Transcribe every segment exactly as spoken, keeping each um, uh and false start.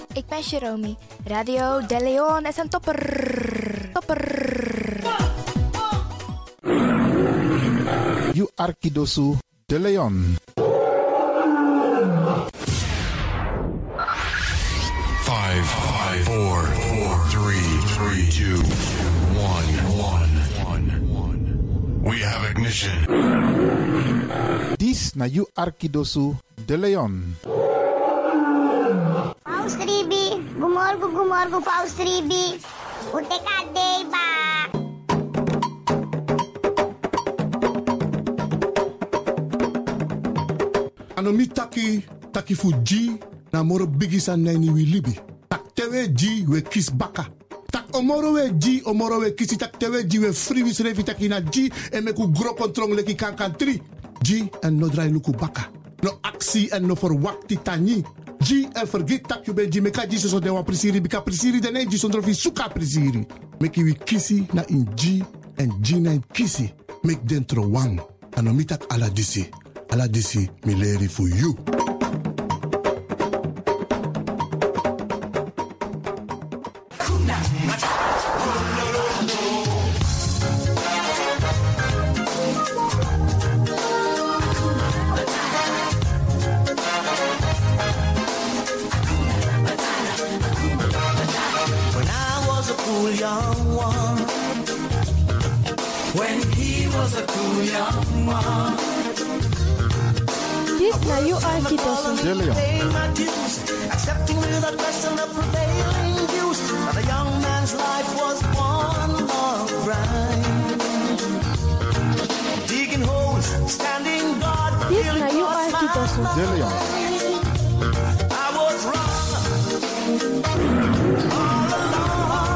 ik ben Jerome. Radio De Leon is een topper. Topper. You Arkidosu De Leon. Five, five, four, four, three, three, two, one, one, one, one. We have ignition. This na You Arkidosu De Leon. Paus Ribi, gumorgo gumorgo Paus Ribi. Uteka deba. Anomi taki taki fuji na moro bigi san nani wi libi. Tak tewe ji we kis baka. Tak omoro we ji omoro we kisi tak tewe ji we free wis revi taki na ji e me ku gro kontrong leki kan kan tri. Ji en no drai luku baka. No aksi en no verwakti tani. Ji en vergeet tak you ben ji meka ji so de wa prisiri bika prisiri de ne ji sondro fi suka prisiri. Meki wi kisi na in ji en ji na in kisi. Mek dentro wang. Anomi tak ala disi. Ala disi mi leri for you. Young one, when he was a cool young one. This now you are Arkidosu. Accepting without question the prevailing views. But a young man's life was one long grind. Digging holes, standing guard. This now you are Arkidosu. I was wrong. All along.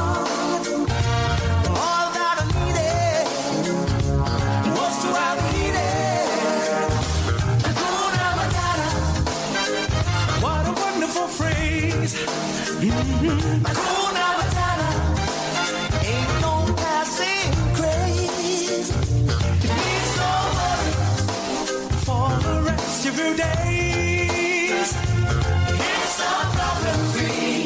Mm-hmm. Hakuna Matata ain't no passing craze. It means no worry for the rest of your days. It's a problem-free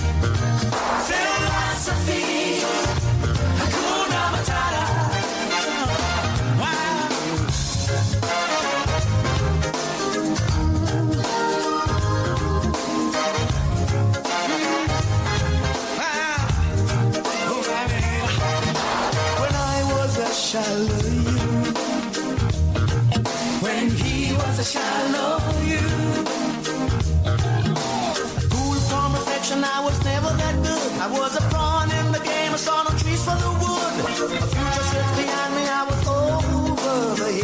philosophy. Hakuna Matata. Wow. Shallow you. When he was a shallow you. Cool from reflection, I was never that good. I was a pawn in the game, I saw no trees for the wood. A future sits behind me, I was over the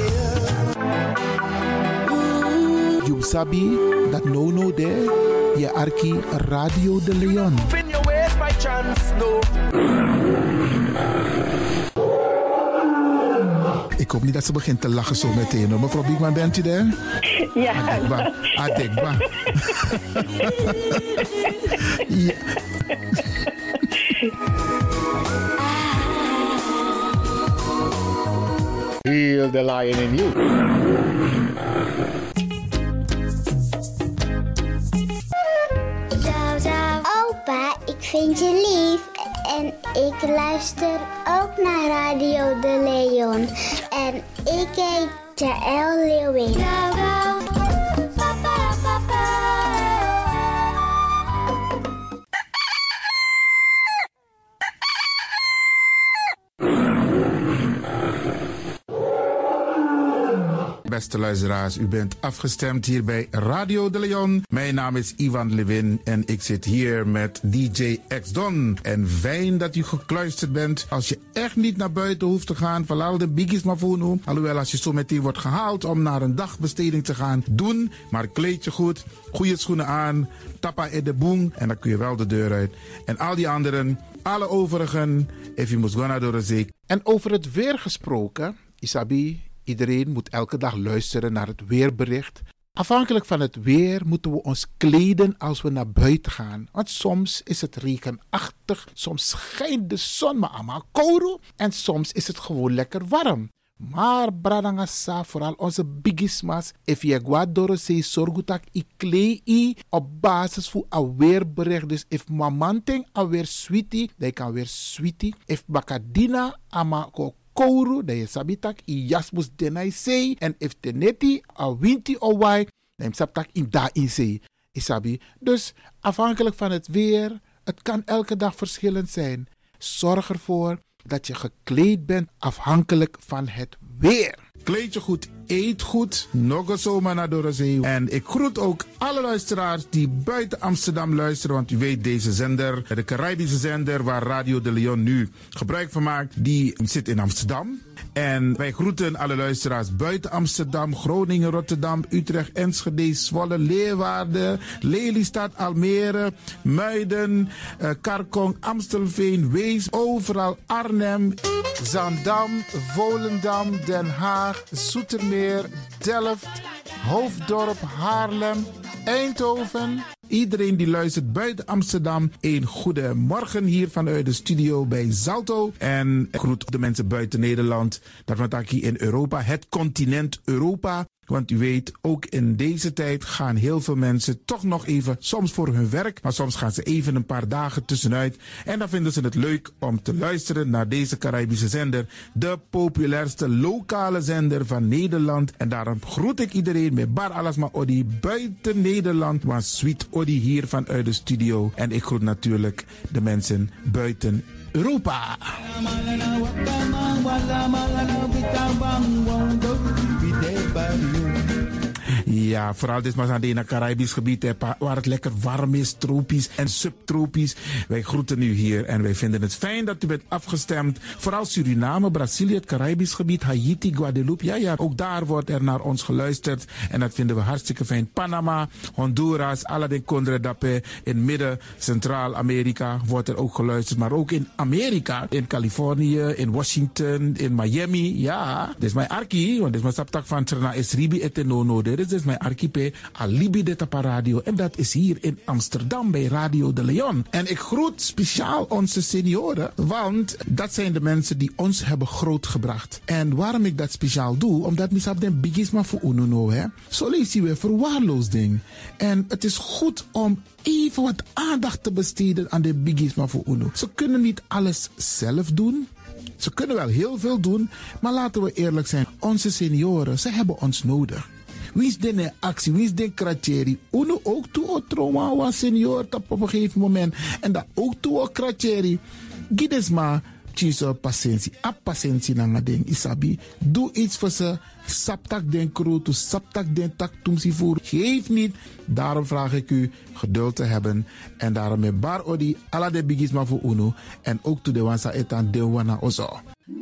hill. You sabi that no no there. Je Arki Radio De Leon. Spin your ways by chance, no. Ik hoop niet dat ze begint te lachen zo meteen. Mevrouw Biekman, bent u daar? Ja. Adekba. Adekba. Ja. Feel the lion in you. Opa, ik vind je lief. En ik luister ook naar Radio De Leon. En ik heet Jaël Leeuwin. Beste luisteraars, u bent afgestemd hier bij Radio De Leon. Mijn naam is Ivan Levin en ik zit hier met D J X-Don. En fijn dat u gekluisterd bent. Als je echt niet naar buiten hoeft te gaan, verlaal de biggies maar voor nu. Alhoewel, als je zo meteen wordt gehaald om naar een dagbesteding te gaan, doen. Maar kleed je goed, goede schoenen aan, tappa in de boom en dan kun je wel de deur uit. En al die anderen, alle overigen, if you must go naar door de zee. En over het weer gesproken, Isabi, iedereen moet elke dag luisteren naar het weerbericht. Afhankelijk van het weer moeten we ons kleden als we naar buiten gaan. Want soms is het regenachtig, soms schijnt de zon maar allemaal kouro en soms is het gewoon lekker warm. Maar bradangasa, vooral onze bigismas, if je guadoro se sorgutak i klei i op basis voor aweerbericht. Dus if mamanting aweer sweetie, dan kan weer sweetie. If bakadina ama ko kouru, dan je sabitak i jasmus denai sei. En if teneti a winti o wai, dan je sabtak in da in sei. Isabi. Dus afhankelijk van het weer, het kan elke dag verschillend zijn. Zorg ervoor dat je gekleed bent afhankelijk van het weer. Kleed je goed, eet goed, nog zomaar naar Dorozee. En ik groet ook alle luisteraars die buiten Amsterdam luisteren. Want u weet, deze zender, de Caribische zender waar Radio de Leon nu gebruik van maakt, die zit in Amsterdam. En wij groeten alle luisteraars buiten Amsterdam, Groningen, Rotterdam, Utrecht, Enschede, Zwolle, Leeuwarden, Lelystad, Almere, Muiden, uh, Karkong, Amstelveen, Wees, overal Arnhem, Zaandam, Volendam, Den Haag, Zoetermeer, Delft, Hoofddorp, Haarlem, Eindhoven. Iedereen die luistert buiten Amsterdam, een goede morgen hier vanuit de studio bij Zalto. En ik groet de mensen buiten Nederland, dat we het hier in Europa, het continent Europa. Want u weet, ook in deze tijd gaan heel veel mensen toch nog even, soms voor hun werk, maar soms gaan ze even een paar dagen tussenuit. En dan vinden ze het leuk om te luisteren naar deze Caribische zender, de populairste lokale zender van Nederland. En daarom groet ik iedereen met Bar Alasma Odi buiten Nederland, maar Sweet Odi hier vanuit de studio. En ik groet natuurlijk de mensen buiten Europa. Ja, vooral dit maar aan het Caribisch gebied, hè, waar het lekker warm is, tropisch en subtropisch. Wij groeten u hier en wij vinden het fijn dat u bent afgestemd. Vooral Suriname, Brazilië, het Caribisch gebied, Haiti, Guadeloupe. Ja, ja, ook daar wordt er naar ons geluisterd en dat vinden we hartstikke fijn. Panama, Honduras, Aladdin Condre Dapé, in midden, Centraal-Amerika wordt er ook geluisterd. Maar ook in Amerika, in Californië, in Washington, in Miami. Ja, dit is mijn arki, want dit is mijn saptak van Trena Esribi et Nono. Dit is mijn archipel Alibi de Tapa Radio. En dat is hier in Amsterdam bij Radio de Leon. En ik groet speciaal onze senioren, want dat zijn de mensen die ons hebben grootgebracht. En waarom ik dat speciaal doe, omdat misap den bigisma voor uno hè. Zo lezen we verwaarloosding. En het is goed om even wat aandacht te besteden aan de bigisma voor uno. Ze kunnen niet alles zelf doen. Ze kunnen wel heel veel doen, maar laten we eerlijk zijn. Onze senioren, ze hebben ons nodig. Wie is de actie, wie is de kratjeri? Uno ook toe o trauma was senior op een gegeven moment. En dat ook toe o kratjeri. Gides maar tjiso patiëntie. A patiëntie na ding isabi. Doe iets voor ze. Saptak den kroto, saptak den tak tumsi voer. Geef niet. Daarom vraag ik u geduld te hebben. En daarom met bar odi ala de bigisma voor uno. En ook toe de wansa etan de wana ozo.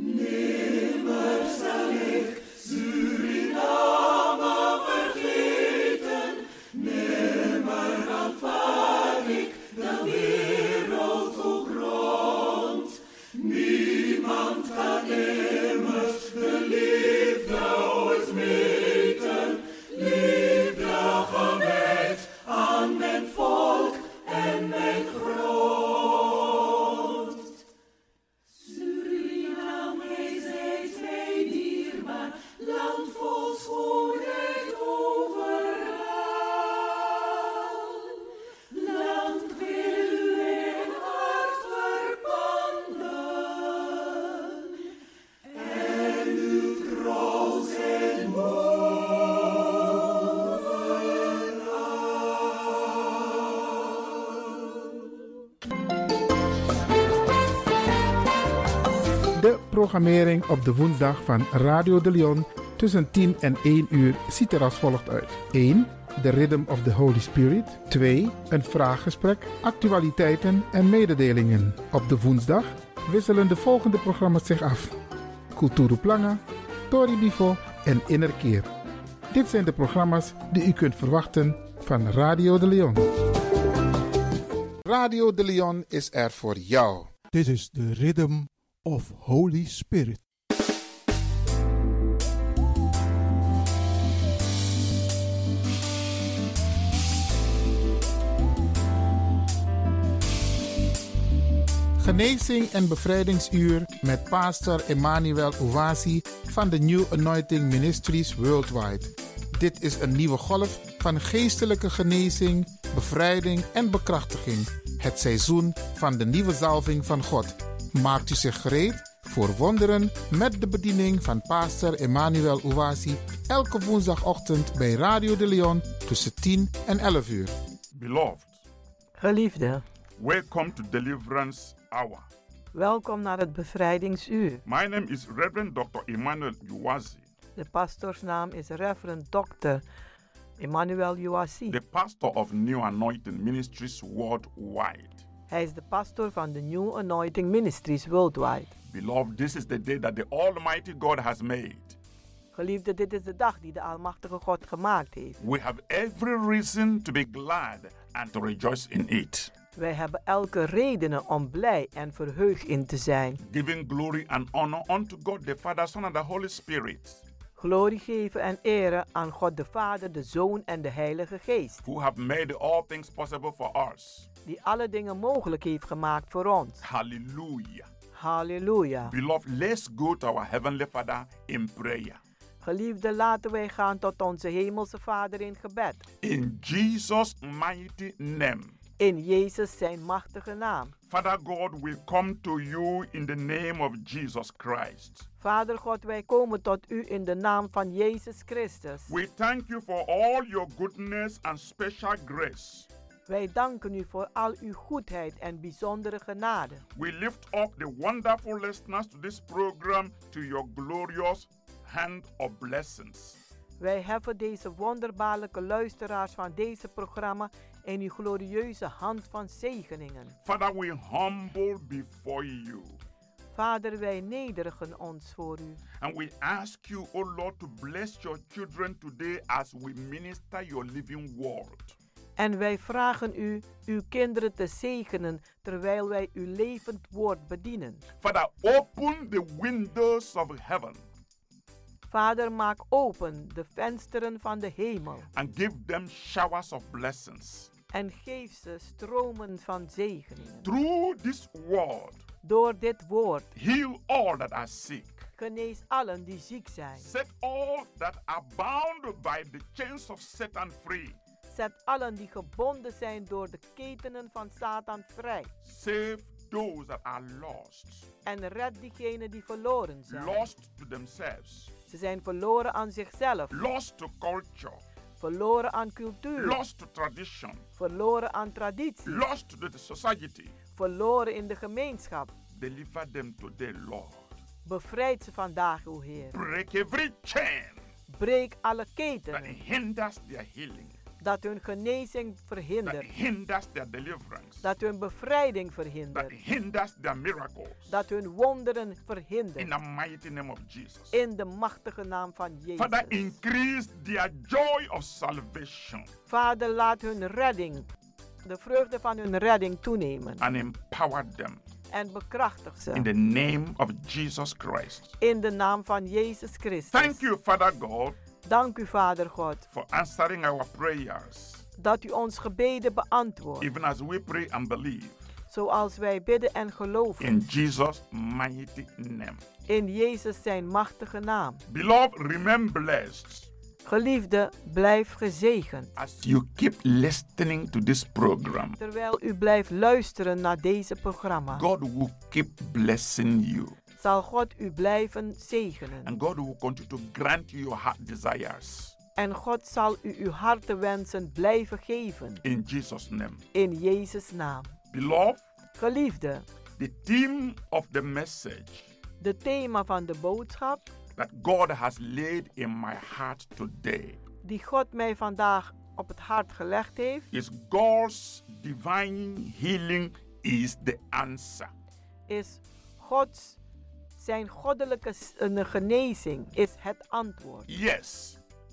Programmering op de woensdag van Radio de Leon tussen tien en één uur ziet er als volgt uit. één. The Rhythm of the Holy Spirit. twee. Een vraaggesprek, actualiteiten en mededelingen. Op de woensdag wisselen de volgende programma's zich af. Kulturu Planga, Tori Bifo en Innerkeer. Dit zijn de programma's die u kunt verwachten van Radio de Leon. Radio de Leon is er voor jou. Dit is de Rhythm of Holy Spirit. Genezing en bevrijdingsuur met pastor Emmanuel Owasi van de New Anointing Ministries Worldwide. Dit is een nieuwe golf van geestelijke genezing, bevrijding en bekrachtiging. Het seizoen van de nieuwe zalving van God. Maakt u zich gereed voor wonderen met de bediening van pastor Emmanuel Owasi elke woensdagochtend bij Radio de Leon tussen tien en elf uur. Beloved, Geliefde, welcome to Deliverance Hour. welkom naar het bevrijdingsuur. My name is Reverend doctor Emmanuel Uwazi, De pastoorsnaam is Reverend dokter Emmanuel Uwasi. the pastor of New Anointing Ministries Worldwide. Hij is de pastor van de New Anointing Ministries Worldwide. Beloved, this is the day that the Almighty God has made. Geliefde, dit is de dag die de Almachtige God gemaakt heeft. We have every reason to be glad and to rejoice in it, Wij hebben elke redenen om blij en verheugd in te zijn. giving glory and honor unto God the Father, Son, and the Holy Spirit, Glorie geven en eren aan God de Vader, de Zoon en de Heilige Geest. who have made all things possible for us. Die alle dingen mogelijk heeft gemaakt voor ons. Hallelujah. Halleluja. Beloved, let's go to our Heavenly Father in prayer. Geliefde, laten wij gaan tot onze Hemelse Vader in gebed. In Jesus' mighty name. In Jezus zijn machtige naam. Father God, we come to you in the name of Jesus Christ. Vader God, wij komen tot u in de naam van Jezus Christus. We thank you for all your goodness and special grace. Wij danken u voor al uw goedheid en bijzondere genade. We lift up the wonderful listeners to this program to your glorious hand of blessings. Wij heffen deze wonderbaarlijke luisteraars van deze programma in uw glorieuze hand van zegeningen. Father, we humble before you. Vader, wij nederigen ons voor u. And we ask you, O Lord, to bless your children today as we minister your living word. En wij vragen u uw kinderen te zegenen terwijl wij uw levend woord bedienen. Father, open the windows of heaven Vader, maak open de vensteren van de hemel and give them showers of blessings. en geef ze stromen van zegeningen. Through this word, Door dit woord heal all that are sick. genees allen die ziek zijn. Set all that are bound by the chains of Satan free. Zet allen die gebonden zijn door de ketenen van Satan vrij. Save those that are lost. En red diegenen die verloren zijn. Lost to themselves. Ze zijn verloren aan zichzelf. Lost to culture. Verloren aan cultuur. Lost to tradition. Verloren aan traditie. Lost to the society. Verloren in de gemeenschap. Deliver them today, Lord. Bevrijd ze vandaag, o Heer. Break every chain Breek alle that ketenen hinders their healing. dat hun genezing That verhindert. hinders their deliverance. Dat hun bevrijding That verhindert. hinders their miracles. Dat hun wonderen In verhindert. the mighty name of Jesus. In de machtige naam van Father, Jezus. increase their joy of salvation Vader, laat hun redding, de vreugde van hun redding toenemen. and empower them En bekrachtig in ze. the name of Jesus Christ. In de naam van Jezus Christus. Thank you, Father God, Dank u, Vader God, for answering our prayers, dat u ons gebeden beantwoordt. even as we pray and believe. Zoals wij bidden en geloven. In Jesus' mighty name. In Jezus zijn machtige naam. Beloved, remain blessed Geliefde, blijf gezegend. as you keep listening to this program. Terwijl u blijft luisteren naar deze programma. God will keep blessing you, Zal God u blijven zegenen. and God will continue to grant you your heart desires. En God zal u uw hartewensen blijven geven. In Jesus' name. In Jezus' naam. Beloved, Geliefde, the theme of the message de thema van de boodschap that God has laid in my heart today die God mij vandaag op het hart gelegd heeft, is God's divine healing is the answer. is Gods, zijn goddelijke s- een genezing is het antwoord. Yes,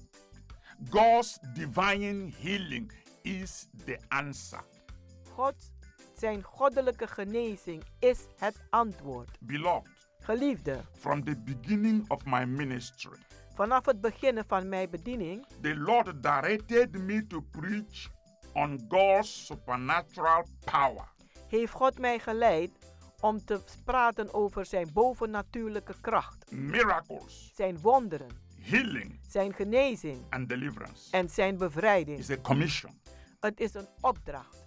God's divine healing is the answer. God, zijn goddelijke genezing is het antwoord. Beloved, Geliefde, from the beginning of my ministry, vanaf het beginnen van mijn bediening the Lord directed me to preach on God's supernatural power. heeft God mij geleid Om te praten over zijn bovennatuurlijke kracht. Miracles, Zijn wonderen. healing, Zijn genezing. and deliverance. En zijn bevrijding. It's a commission. Het is een opdracht.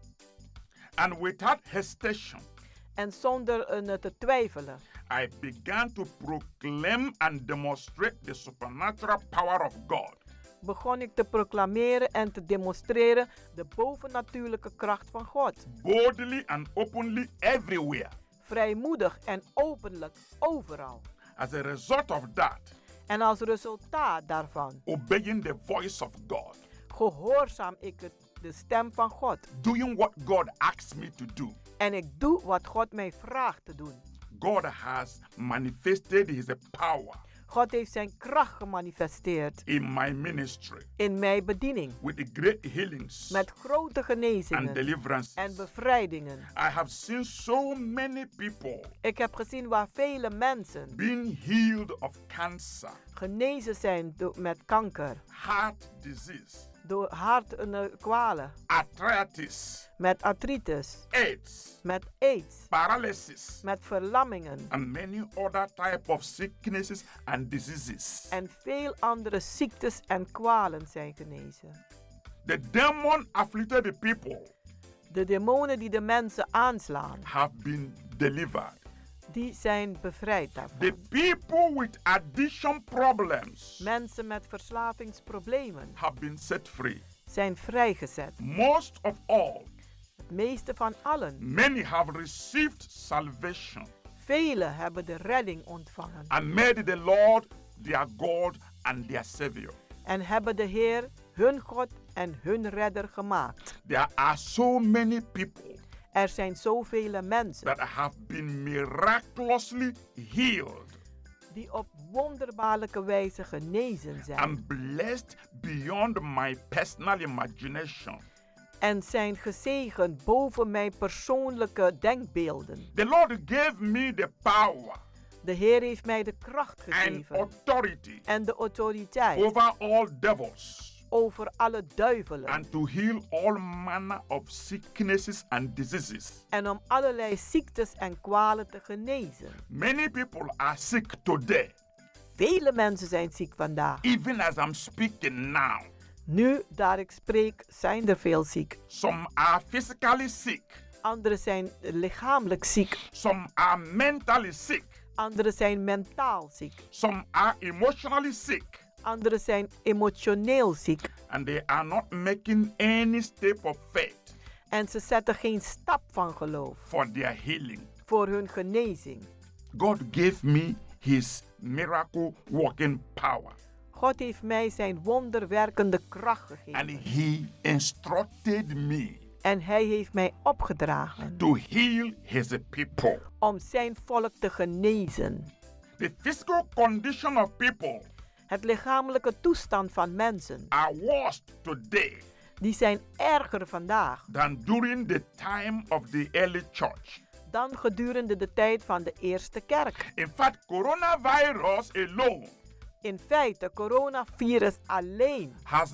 And without hesitation, En zonder uh, te twijfelen. I began to proclaim and demonstrate the supernatural power of God. Begon ik te proclameren en te demonstreren de bovennatuurlijke kracht van God. Boldly and openly everywhere. Vrijmoedig en openlijk overal. As a result of that, En als resultaat daarvan obeying the voice of God, gehoorzaam ik het, de stem van God. doing what God asks me to do. En ik doe wat God mij vraagt te doen. God has manifested his power God heeft zijn kracht gemanifesteerd in my ministry in mijn bediening. with the great healings Met grote and genezingen deliverances. en bevrijdingen. I have seen so many people Ik heb gezien waar vele mensen being healed of cancer, genezen zijn do- met kanker, heart disease, door hartkwalen, arthritis, met artritis, AIDS, met aids, paralysis, met verlammingen and many other type of sicknesses and diseases. en veel andere ziektes en kwalen zijn genezen. The demon afflicted people De demonen die de mensen aanslaan, have been delivered. die zijn bevrijd daarvan. The people with addiction problems Mensen met verslavingsproblemen have been set free. zijn vrijgezet. Most of all, Het meeste van allen. many have received salvation Velen hebben de redding ontvangen. and made the Lord their God and their Savior. En hebben de Heer hun God en hun redder gemaakt. There are so many people Er zijn zoveel mensen that have been miraculously healed die op wonderbaarlijke wijze genezen zijn. and blessed beyond my personal imagination. En zijn gezegend boven mijn persoonlijke denkbeelden. The Lord gave me the power De Heer heeft mij de kracht and gegeven authority en de autoriteit over all devils over alle duivelen. and to heal all manner of sicknesses and diseases. En om allerlei ziektes en kwalen te genezen. Many people are sick today, Vele mensen zijn ziek vandaag. even as I'm speaking now. Nu, daar ik spreek, zijn er veel ziek. Some are physically sick, Anderen zijn lichamelijk ziek. some are mentally sick, Anderen zijn mentaal ziek. some are emotionally sick, Anderen zijn emotioneel ziek. and they are not making any step of faith En ze zetten geen stap van geloof for their healing. voor hun genezing. God gave me his miracle working power, God heeft mij zijn wonderwerkende kracht and gegeven. he instructed me En hij heeft mij opgedragen to heal his people. om zijn volk te genezen. The physical condition of people Het lichamelijke toestand van mensen, are worse today die zijn erger vandaag than during the time of the early church. dan gedurende de tijd van de eerste kerk. In fact, coronavirus alone In feite, coronavirus alleen has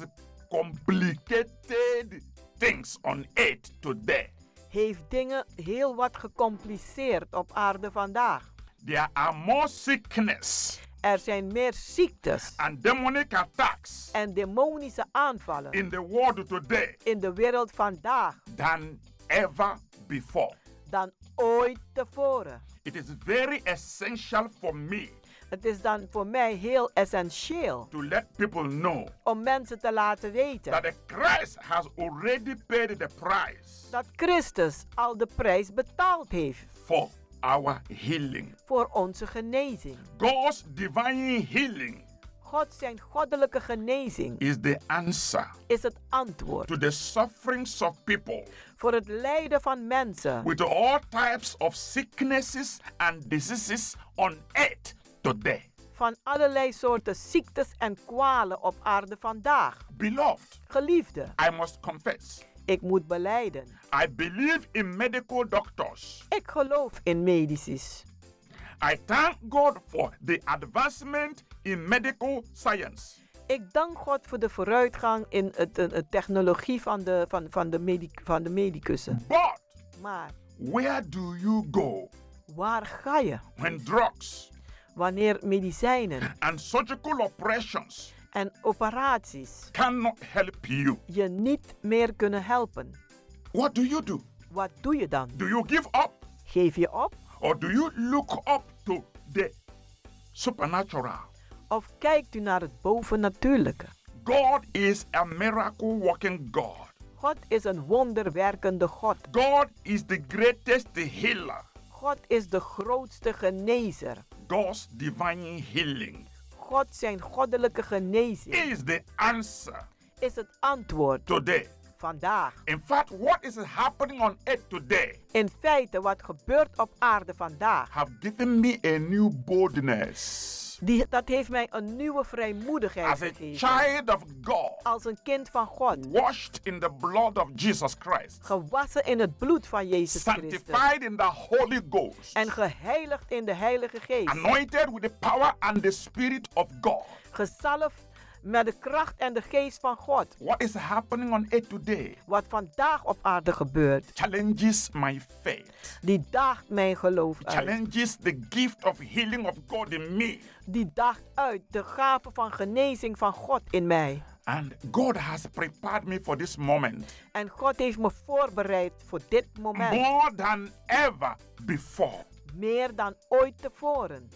complicated things on earth today. heeft dingen heel wat gecompliceerd op aarde vandaag. There are more sickness Er zijn meer ziektes and demonic attacks en demonische aanvallen in the world today in de wereld vandaag than ever before. dan ooit tevoren. It is very essential for me Het is dan voor mij heel essentieel to let people know om mensen te laten weten that the Christ has already paid the price dat Christus al de prijs betaald heeft for our healing. voor onze genezing. God's divine healing God zijn goddelijke genezing is the answer is het antwoord to the sufferings of people voor het lijden van mensen with all types of sicknesses and diseases on earth today. van allerlei soorten ziektes en kwalen op aarde vandaag. Beloved, Geliefde, I must confess, ik moet belijden. I believe in medical doctors. Ik geloof in medicis. I thank God for the advancement in medical science. Ik dank God voor de vooruitgang in het, het, het technologie van de, van, van de, medic, van de medicussen. But Maar Where do you go Waar ga je when drugs wanneer medicijnen and surgical operations en operaties cannot help you? je niet meer kunnen helpen? What do you do? Wat doe je dan? Do you give up? Geef je op? Or do you look up to the supernatural? Of kijkt u naar het bovennatuurlijke? God is a miracle working God. God is een wonderwerkende God. God is the greatest healer. God is de grootste genezer. God's divine healing God zijn goddelijke genezing is the answer is het antwoord today. vandaag. In fact, what is happening on earth today In feite, wat gebeurt op aarde vandaag, have given me a new boldness. die, dat heeft mij een nieuwe vrijmoedigheid As a gegeven. child of God, Als een kind van God, washed in the blood of Jesus Christ, gewassen in het bloed van Jezus Christus sanctified in the Holy Ghost, en geheiligd in de Heilige Geest, anointed with the power and the Spirit of God. gezalfd met de kracht en de geest van God. What is happening on earth today Wat vandaag op aarde gebeurt, challenges my faith, die daagt mijn geloof uit. challenges the gift of healing of God in me. Die daagt uit de gave van genezing van God in mij. And God has prepared me for this moment En God heeft me voorbereid voor dit moment. more than ever before. Meer dan ooit tevoren.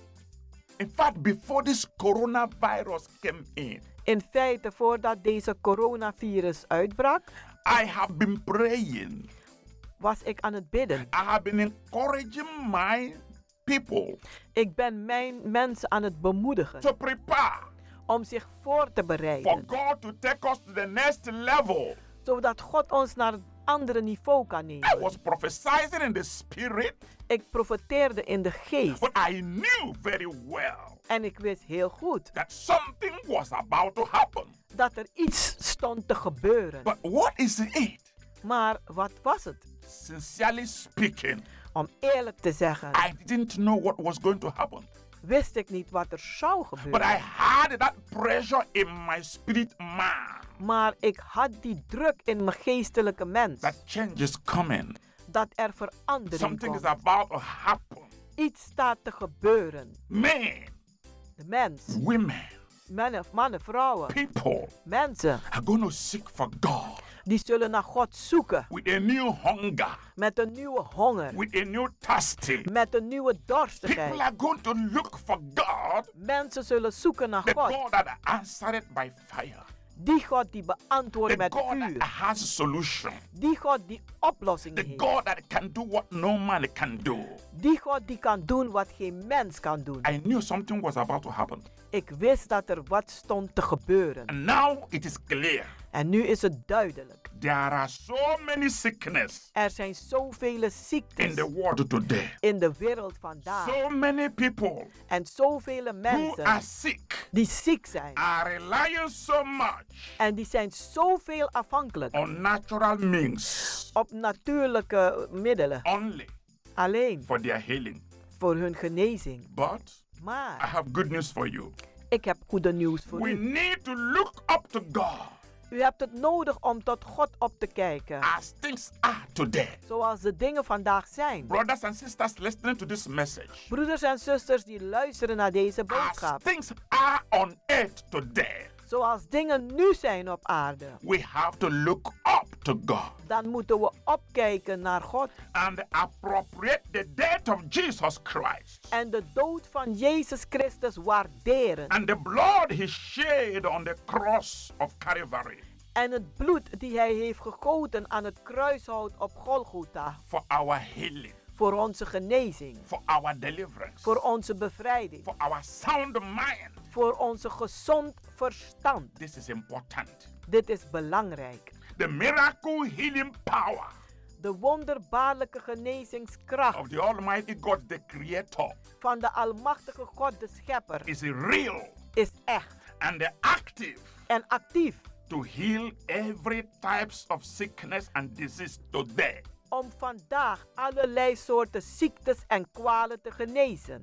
In fact, before this coronavirus came in, In feite, voordat deze coronavirus uitbrak, I have been praying. was ik aan het bidden. I have been encouraging my people Ik ben mijn mensen aan het bemoedigen to prepare om zich voor te for bereiden. God to take us to the next level. Zodat God ons naar het andere niveau kan I nemen. was prophesying in the spirit, Ik profeteerde in de geest. but I knew very well En ik wist heel goed that something was about to happen. dat er iets stond te gebeuren. But what is it? Maar wat was het? Sincerely speaking, Om eerlijk te zeggen, I didn't know what was going to happen. wist ik niet wat er zou But I gebeuren. had that pressure in my spirit man. Maar ik had die druk in mijn geestelijke mens. That change is coming. Dat er verandering Something is komt. about to happen. Iets staat te gebeuren. Men, De mens, women, mannen, mannen, vrouwen, people mensen, are going to seek for God die zullen naar God zoeken. with a new hunger, Met een nieuwe honger. with a new thirsty. Met een nieuwe People dorstigheid. are going to look for God, Mensen zullen zoeken naar the God. God that answered by fire, Die God die beantwoordt the met God that vuur. has a solution, Die God die oplossingen the heeft. God that can do what no man can do. Die God die kan doen wat geen mens kan doen. I knew something was about to happen. Ik wist dat er wat stond te gebeuren. And now it is clear. En nu is het duidelijk. There are so many sickness Er zijn zoveel in ziektes the world today. in de wereld vandaag. So many people En zoveel who mensen are sick die ziek zijn. are relying so much En die zijn zoveel afhankelijk on natural means op natuurlijke middelen. only Alleen for their healing. voor hun genezing. But I Maar have good news for you. ik heb goede nieuws voor We u. need to look up to God U hebt het nodig om tot God op te kijken. as things are today. Zoals de dingen vandaag zijn. Brothers and sisters listening to this message, Broeders en zusters die luisteren naar deze as boodschap. things are on earth today, Zoals dingen nu zijn op aarde. we have to look up to God Dan moeten we opkijken naar God. and appropriate the death of Jesus Christ En de dood van Jezus Christus waarderen. and the blood he shed on the cross of Calvary En het bloed die hij heeft gegoten aan het kruishout op Golgotha. for our healing, Voor onze genezing. for our deliverance, Voor onze bevrijding. for our sound mind. Voor onze gezond verstand. This is important. Dit is belangrijk. The miracle healing power De wonderbaarlijke genezingskracht of the Almighty God, the Creator, van de Almachtige God, de Schepper, is real is echt and active en actief to heal every types of sickness and disease today. om vandaag allerlei soorten ziektes en kwalen te genezen.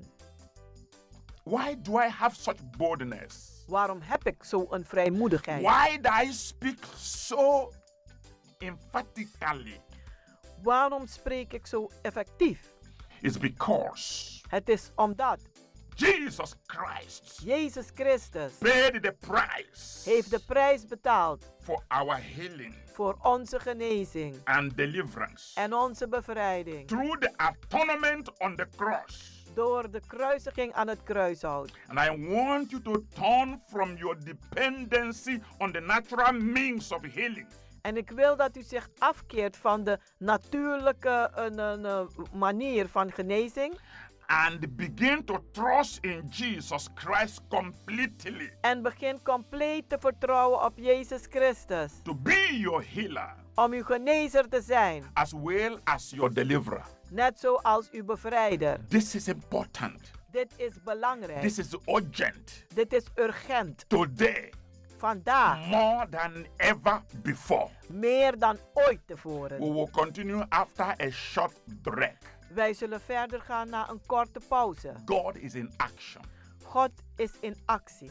Why do I have such boldness? Waarom heb ik zo'n vrijmoedigheid? Why do I speak so emphatically Waarom spreek ik zo effectief? It's because Het is omdat Jesus Christ Jezus Christus paid the price heeft de prijs betaald for our healing voor onze genezing and deliverance. en onze bevrijding. Through the atonement on the cross. Door de kruisiging aan het kruishout. And I want you to turn from your dependency on the natural means of healing. En ik wil dat u zich afkeert van de natuurlijke uh, uh, uh, manier van genezing. And begin to trust in Jesus Christ completely. En begin compleet te vertrouwen op Jezus Christus. To be your healer. Om uw genezer te zijn. As well as your deliverer. Net zoals uw bevrijder. This is important. Dit is belangrijk. This is urgent. Dit is urgent. Today. Vandaag. More than ever before. Meer dan ooit tevoren. We will continue after a short break. Wij zullen verder gaan na een korte pauze. God is in action. God is in actie.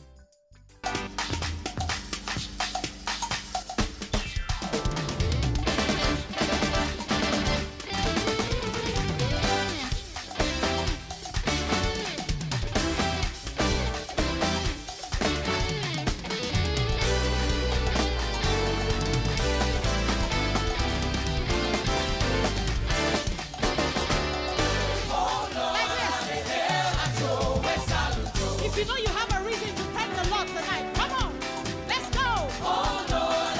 If you know you have a reason to thank the Lord tonight, come on, let's go. Oh Lord,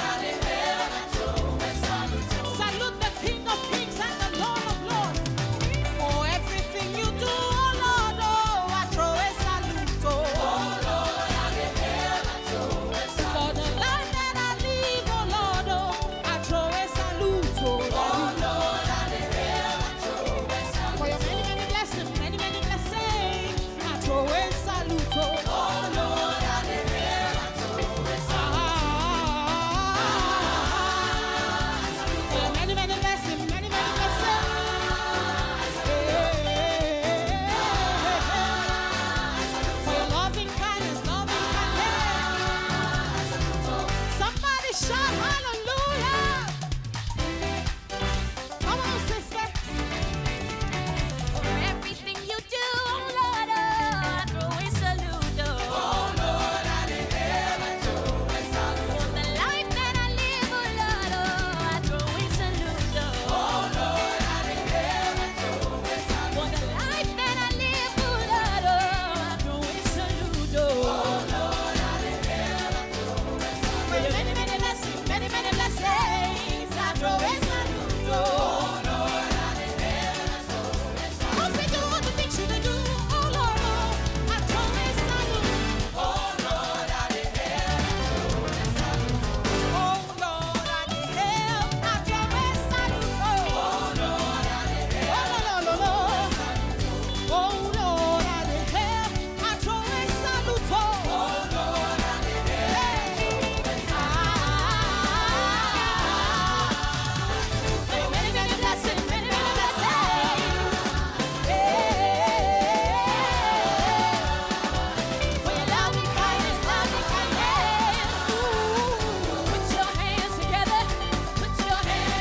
salute the King of Kings and the Lord of Lords. For everything you do, oh Lord, oh, I throw a salute. Oh Lord, for the life that I live, oh Lord, oh, I throw a salute. Oh Lord, for your many, many blessings, many, many blessings, I throw a salute. Oh Lord, for many, many blessings, many, many blessings. For your loving kindness, loving kindness. Somebody shout hallelujah. Come on, sister. For everything you do, oh Lord, oh, I throw a salute. Oh Lord, for the life that I live, oh Lord, oh, I throw a salute. Oh Lord, for the life that I live, oh Lord, oh, I throw a salute. Oh Lord, For your many, many blessings, many, many blessings, I throw a salute. Oh Lord, cause we do all the things you do. Oh Lord, oh, I throw a salute. Oh Lord, I Oh Lord, I I throw a salute. Oh Lord, I Oh Lord, Lord, oh Lord, I I throw a salute. Oh Lord, many, many blessings, many, many blessings. For your loving kindness, loving kindness. Put your hands together. Put your hands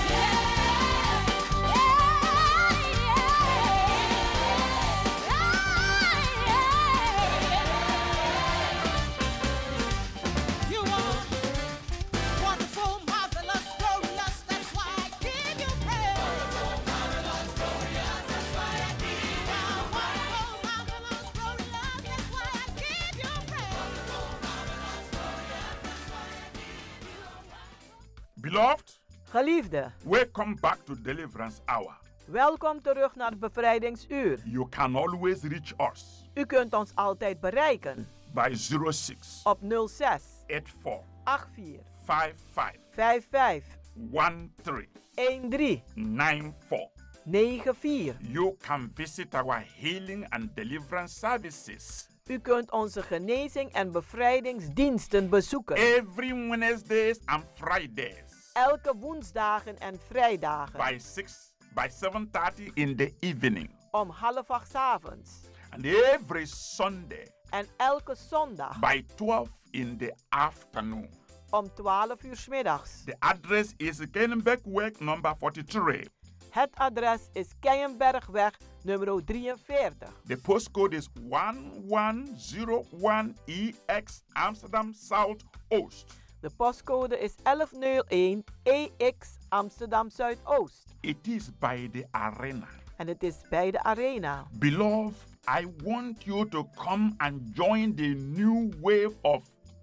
together. You are wonderful, marvelous, glorious. That's why I give you praise. Wonderful, marvelous, glorious. That's why I give you praise. Wonderful, marvelous, glorious. That's why I give you praise. Wonderful, marvelous, glorious. That's why I give you Beloved, Geliefde, welcome back to Deliverance Hour. welkom terug naar het bevrijdingsuur. You can always reach us U kunt ons altijd bereiken by zero six op nul zes eight four acht vier five five vijf vijf one three een drie nine four. negen vier. You can visit our healing and deliverance services U kunt onze genezing en bevrijdingsdiensten bezoeken. every Wednesdays and Fridays Elke woensdagen en vrijdagen by six by seven thirty in the evening om half acht 's avonds. and every Sunday En elke zondag by twelve in the afternoon. om twaalf uur 's middags. The address is Kennebec Work number forty-three. Het adres is Keienbergweg nummer drieënveertig. The postcode is one one zero one E X Amsterdam South Oost. De postcode is elfhonderdéén E X Amsterdam Zuidoost. It is by the arena. En het is bij de arena. Beloved, I want you to come and join the new wave of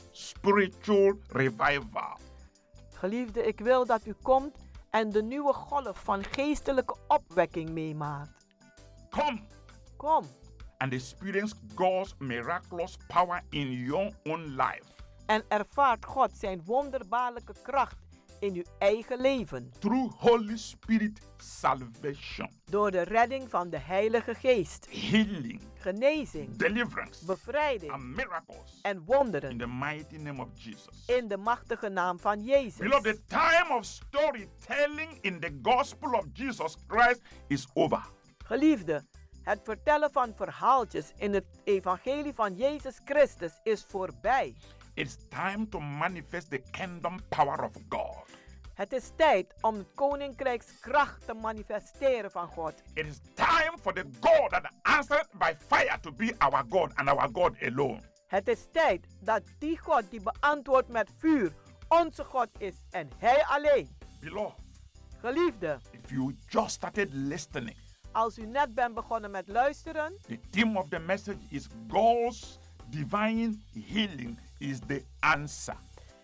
spiritual revival. Geliefde, ik wil dat u komt en de nieuwe golf van geestelijke opwekking meemaakt. Come Kom and experience God's miraculous power in your own life. en ervaart God zijn wonderbaarlijke kracht in uw eigen leven. Through Holy Spirit salvation, Door de redding van de Heilige Geest. healing, Genezing, deliverance, bevrijding and miracles en in wonderen. the mighty name of Jesus. In de machtige naam van Jezus. Beloved, the time of storytelling in the gospel of Jesus Christ is over. Geliefde, het vertellen van verhaaltjes in het evangelie van Jezus Christus is voorbij. It's time to manifest the kingdom power of God. Het is tijd om het koninkrijks kracht te manifesteren van God. It is time for the God that answered by fire to be our God and our God alone. Het is tijd dat die God die beantwoordt met vuur onze God is en Hij alleen. Beloved, Geliefde, if you just started listening, als u net bent begonnen met luisteren, the theme of the message is God's divine healing is the answer.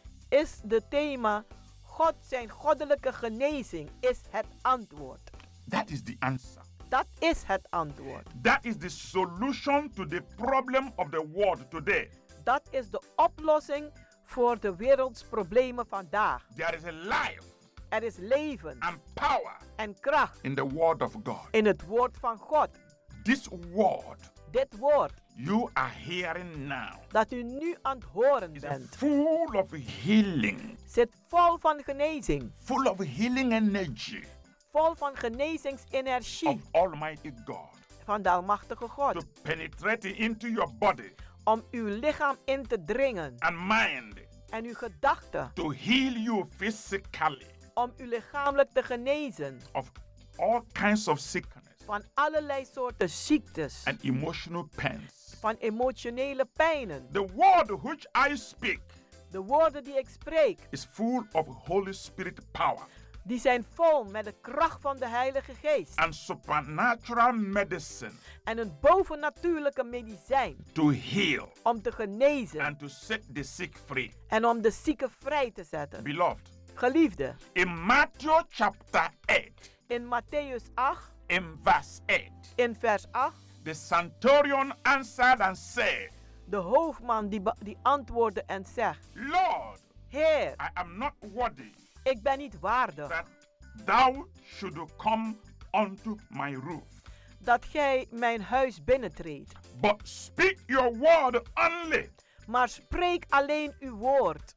is de thema God zijn goddelijke genezing is het antwoord. That is the answer. Dat is het antwoord. That is the solution to the problem of the world today. Dat is de oplossing voor de werelds problemen vandaag. There is a life Er is leven and power en kracht in the word of God. in het woord van God. This word Dit woord you are hearing now dat u nu aan het horen is bent, full of healing, zit vol van genezing, full of healing energy vol van genezingsenergie of Almighty God van de Almachtige to God. penetrate into your body Om uw lichaam in te dringen and mind en uw gedachten, to heal you physically om u lichamelijk te genezen of all kinds of sickness van allerlei soorten ziektes, and emotional pains. van emotionele pijnen. The word which I speak De woorden die ik spreek, is full of Holy Spirit power die zijn vol met de kracht van de Heilige Geest and supernatural medicine en een bovennatuurlijke medicijn to heal om te genezen and to set the sick free. en om de zieken vrij te zetten. Beloved, Geliefde, in Matthew chapter eight, in Matthäus acht, in verse eight, in vers acht, the centurion answered and said, de hoofdman die, be- die antwoordde en zegt: Lord, Heer, I am not worthy ik ben niet waardig that thou should come unto my roof, dat gij mijn huis binnentreedt, but speak your word only, maar spreek alleen uw woord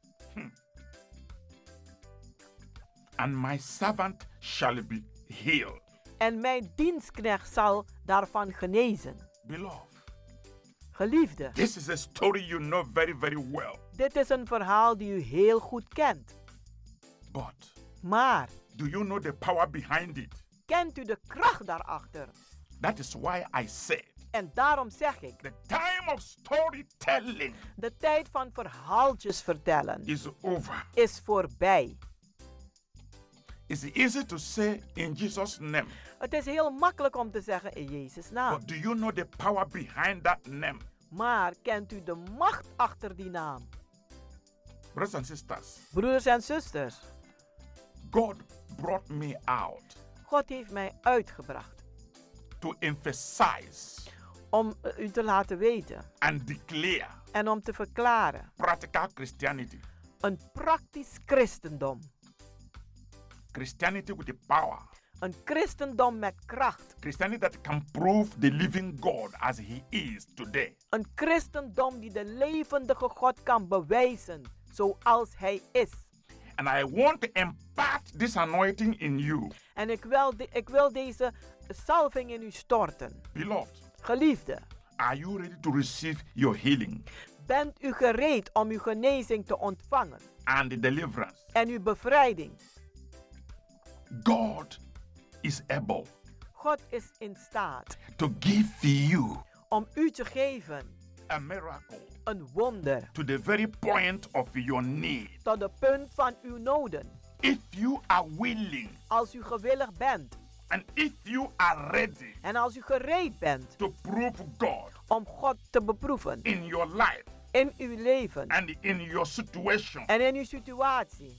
and my servant shall be healed. en mijn dienstknecht zal daarvan genezen. Beloved, Geliefde, this is a story you know very, very well. dit is een verhaal die u heel goed kent. But Maar do you know the power behind it? kent u de kracht daarachter? That is why I said En daarom zeg ik, the time of storytelling de tijd van verhaaltjes vertellen is over. is voorbij. It's easy to say in Jesus' name, Het is heel makkelijk om te zeggen in Jezus' naam. but do you know the power behind that name? Maar kent u de macht achter die naam? Brothers and sisters, Broeders en zusters, God brought me out God heeft mij uitgebracht to emphasize om eh, u te laten weten and declare en om te verklaren practical Christianity. een praktisch christendom. Christianity with the power. Een christendom met kracht. Christianity that can prove the living God as he is today. Een christendom die de levendige God kan bewijzen zoals hij is. And I want to impart this anointing in you. En ik wil, de, ik wil deze salving in u storten. Beloved, Geliefde, are you ready to receive your healing bent u gereed om uw genezing te ontvangen and the deliverance? en uw bevrijding? God is able God is in staat to give you om u te geven a miracle een wonder to the very point of your need. tot de punt van uw noden. If you are willing Als u gewillig bent and if you are ready en als u gereed bent to prove God om God te beproeven in your life in uw leven and in your situation, en in uw situatie,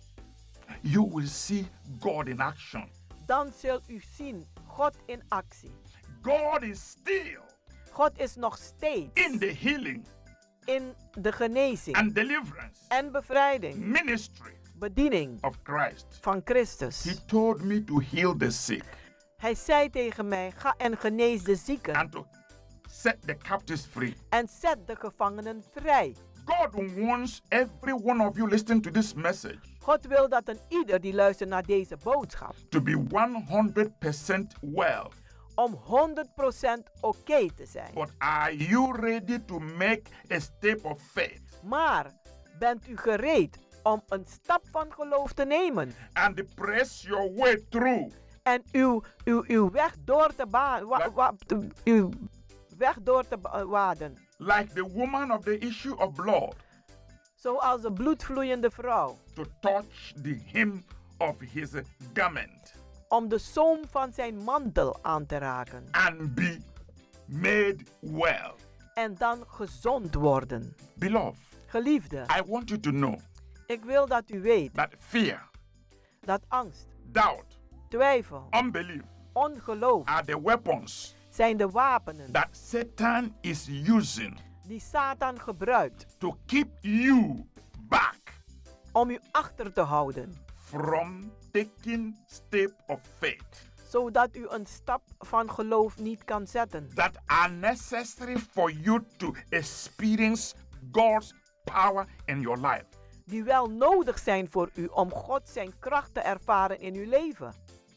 you will see God in action. dan zult u zien God in actie. God is still God is nog steeds in the healing in de genezing and deliverance en bevrijding, ministry bediening of Christ. van Christus. He told me to heal the sick Hij zei tegen mij, ga en genees de zieken and to set the captives free. en zet de gevangenen vrij. God wants every one of you listening to this message God wil dat een ieder die luistert naar deze boodschap to be one hundred percent well. om honderd procent oké te zijn. But are you ready to make a step of faith Maar bent u gereed om een stap van geloof te nemen and press your way through en uw, uw, uw weg door te baan, wa, wa, te- uw weg door te ba- waden, like the woman of the issue of blood zoals de bloedvloeiende vrouw, to touch the hem of his garment om de zoom van zijn mantel aan te raken and be made well? en dan gezond worden. Beloved, Geliefde, I want you to know ik wil dat u weet that fear, dat angst, doubt, twijfel, unbelief ongeloof are the weapons zijn de wapenen that Satan is using die Satan gebruikt to keep you back om u achter te houden, from taking step of faith zodat u een stap van geloof niet kan zetten, that are necessary for you to experience God's power in your life. die wel nodig zijn voor u om God zijn kracht te ervaren in uw leven.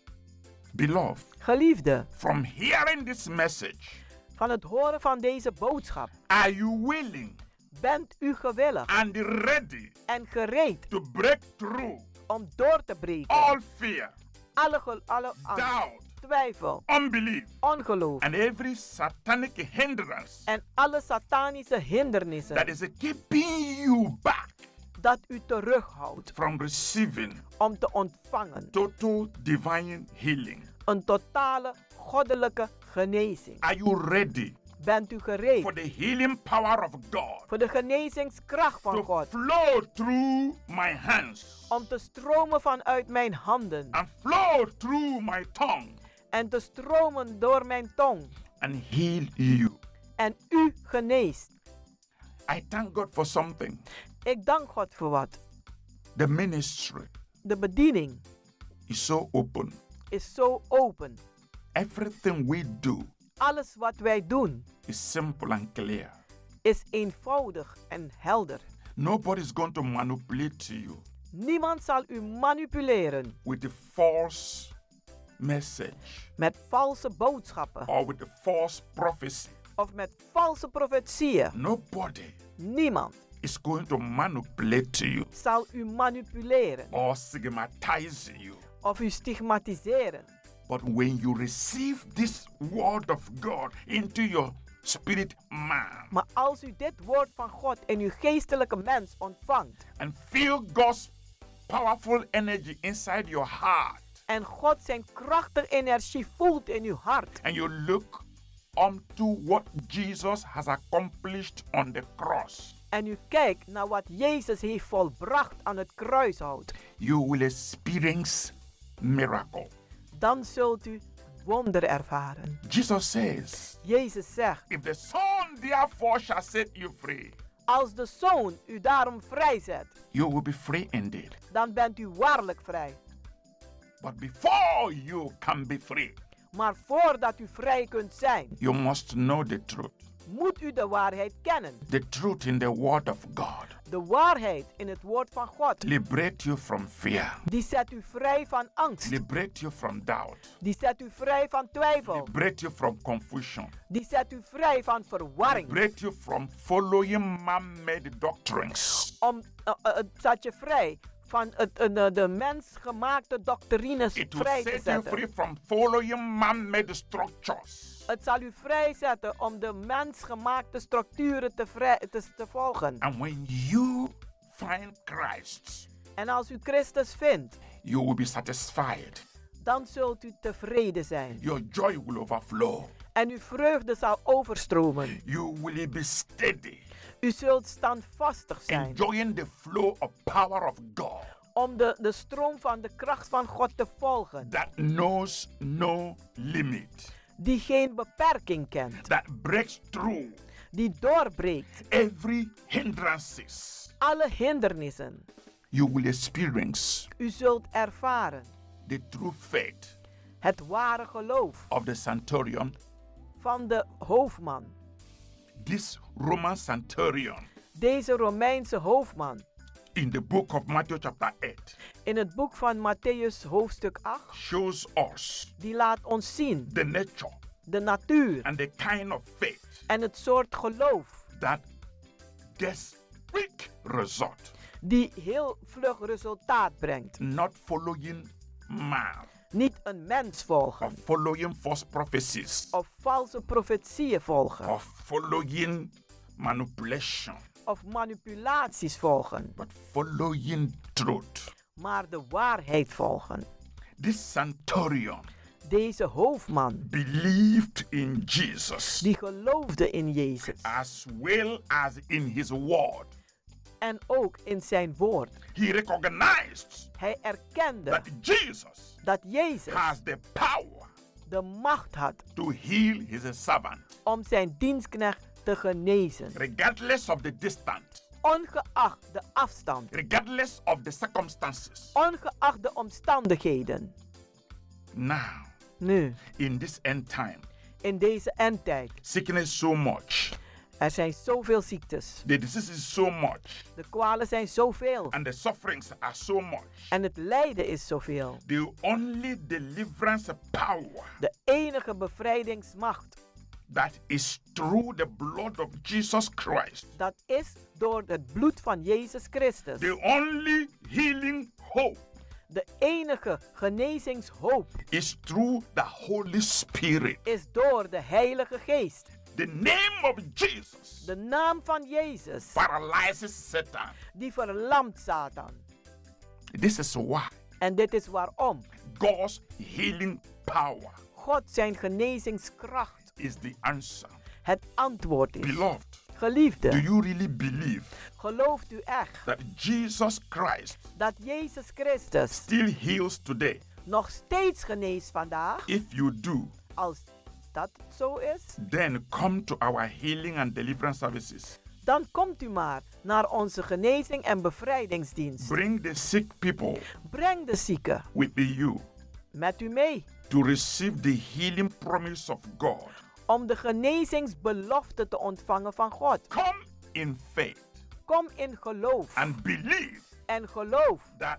Beloved, Geliefde, from hearing this message, van het horen van deze boodschap, are you willing bent u gewillig and ready en gereed to break through om door te breken all fear, alle, ge- alle angst, doubt, twijfel, unbelief, ongeloof and every satanic hindrance en alle satanische hindernissen that is keeping you back dat u terughoudt from receiving om te ontvangen total divine healing? een totale goddelijke genezing. Are you ready Bent u gereed for the healing power of God voor de genezingskracht van to God flow through my hands om te stromen vanuit mijn handen and flow through my tongue en te stromen door mijn tong and heal you? en u geneest? I thank God for something. Ik dank God voor wat. The ministry De bediening is so open. is zo open. Everything we do Alles wat wij doen is simple and clear. is eenvoudig en helder. Nobody is going to manipulate you Niemand zal u manipuleren with the false message met valse boodschappen or with the false prophecy. of met valse profetieën. Nobody Niemand is going to manipulate you zal u manipuleren or stigmatize you. of u stigmatiseren. But when you receive this word of God into your spirit man Maar als u dit woord van God in uw geestelijke mens ontvangt and feel God's powerful energy inside your heart en God zijn krachtige energie voelt in uw hart and you look unto what Jesus has accomplished on the cross, en u kijkt naar wat Jezus heeft volbracht aan het kruishout, you will experience miracle. dan zult u wonder ervaren. Jesus says, Jezus zegt, if the Son therefore shall set you free, als de Zoon u daarom vrijzet, you will be free indeed. dan bent u waarlijk vrij. But before you can be free, Maar voordat u vrij kunt zijn, you must know the truth. moet u de waarheid kennen. The truth in the word of God. De waarheid in het woord van God. Liberate you from fear. Die zet u vrij van angst. Liberate you from doubt. Die zet u vrij van twijfel. Liberate you from confusion. Die zet u vrij van verwarring. Liberate you from following man-made doctrines. Om, uh, uh, zet je vrij van het, uh, de, de mensgemaakte doctrines It will vrij te set you zetten. free from following man-made structures. Het zal u vrijzetten om de mensgemaakte structuren te, vrij, te, te volgen. And when you find Christ, En als u Christus vindt, you will be satisfied. dan zult u tevreden zijn. Your joy will overflow. En uw vreugde zal overstromen. You will be steady, U zult standvastig zijn. enjoying the flow of power of God Om de, de stroom van de kracht van God te volgen. that knows no limit, Die geen beperking kent. that breaks through Die doorbreekt every hindrances. alle hindernissen. You will experience U zult ervaren the true faith het ware geloof of the centurion. van de hoofdman. This Roman centurion Deze Romeinse hoofdman. in the book of Matthew chapter eight In het boek van Matthäus hoofdstuk acht. shows us Die laat ons zien the nature de natuur and the kind of faith en het soort geloof that gets quick result, die heel vlug resultaat brengt. not following man Niet een mens volgen or following false prophecies of valse profetieën volgen or following manipulation, of manipulaties volgen, but following truth. maar de waarheid volgen. This centurion Deze hoofdman believed in Jesus die geloofde in Jezus as well as in his word. en ook in zijn woord. He recognized Hij erkende that Jesus dat Jezus has the power de macht had to heal his servant, om zijn dienstknecht te genezen, regardless of the distance, ongeacht de afstand, regardless of the circumstances. ongeacht de omstandigheden. Now, Nu, in this end time, in deze endtijd, sickness so much, er zijn zoveel ziektes, the disease is so much, de kwalen zijn zoveel and the sufferings are so much. en het lijden is zoveel. The only deliverance power De enige bevrijdingsmacht, that is through the blood of Jesus Christ. dat is door het bloed van Jezus Christus. The only healing hope De enige genezingshoop is through the Holy Spirit. is door de Heilige Geest. The name of Jesus De naam van Jezus, paralyzes Satan. die verlamt Satan. This is why En dit is waarom God's healing power God zijn genezingskracht is the answer. het antwoord is. Beloved, do Geliefde, you really believe gelooft u echt that Jesus Christ dat Jezus Christus still heals today? nog steeds geneest vandaag? If you do, Als dat zo is, then come to our healing and deliverance services. dan komt u maar naar onze genezing en bevrijdingsdienst. Bring the sick people Breng de zieken with you met u mee to receive the healing promise of God. om de genezingsbelofte te ontvangen van God. Come in faith Kom in geloof and believe en geloof that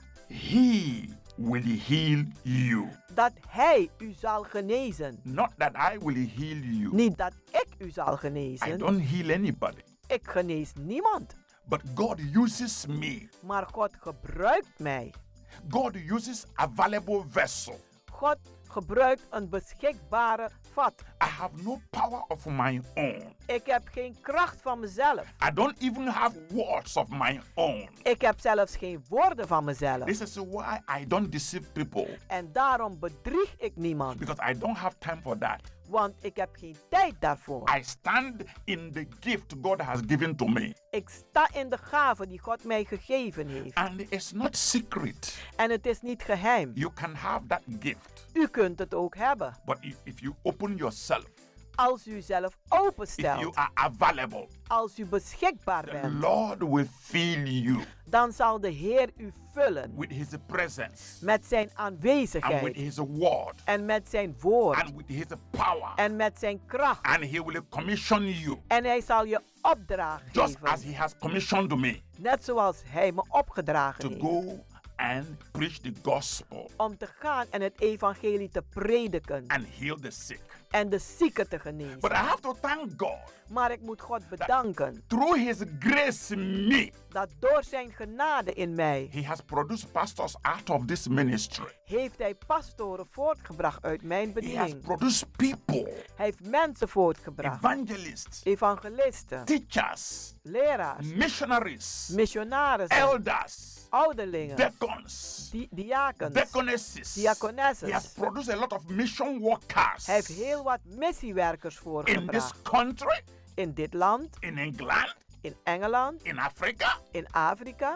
He will heal you. dat Hij u zal genezen. Not that I will heal you. Niet dat ik u zal I genezen. don't heal anybody. Ik genees niemand. But God uses me. Maar God gebruikt mij. God uses a valuable vessel. God gebruikt een beschikbare vat. I have no power of my own. Ik heb geen kracht van mezelf. I don't even have words of my own. Ik heb zelfs geen woorden van mezelf. This is why I don't deceive people. En daarom bedrieg ik niemand. Because I don't have time for that. Want ik heb geen tijd daarvoor. I stand in the gift God has given to me. Ik sta in de gave die God mij gegeven heeft. And it's not secret. En het is niet geheim. You can have that gift. U kunt het ook hebben. But if if you open yourself, Als u zelf if you openstelt. are available, Als u beschikbaar the bent. Lord will fill you Dan zal de Heer u vullen. with His presence Met zijn and with aanwezigheid. His word En met zijn woord. and with His power. En met zijn kracht. And He will commission you En hij zal je opdragen just geven. as He has commissioned me Net zoals hij me opgedragen to heeft. go and preach the gospel Om te gaan en het evangelie te prediken. and heal the sick. En de zieken te genezen. But I have to thank God Maar ik moet God bedanken. through His grace in me, Dat door zijn genade in mij. He has produced pastors out of this ministry. Heeft hij pastoren voortgebracht uit mijn He has bediening. produced people, Hij heeft mensen voortgebracht. evangelists, Evangelisten. teachers, Leraars. missionaries, Missionarissen. elders, Ouderlingen. deacons, Di diakens. diaconesses. Diaconesses. He has produced a lot of mission workers Hij heeft heel wat missiewerkers in this voortgebracht. country, In dit land. in England, In Engeland. in Africa, In Afrika.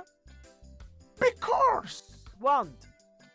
because Want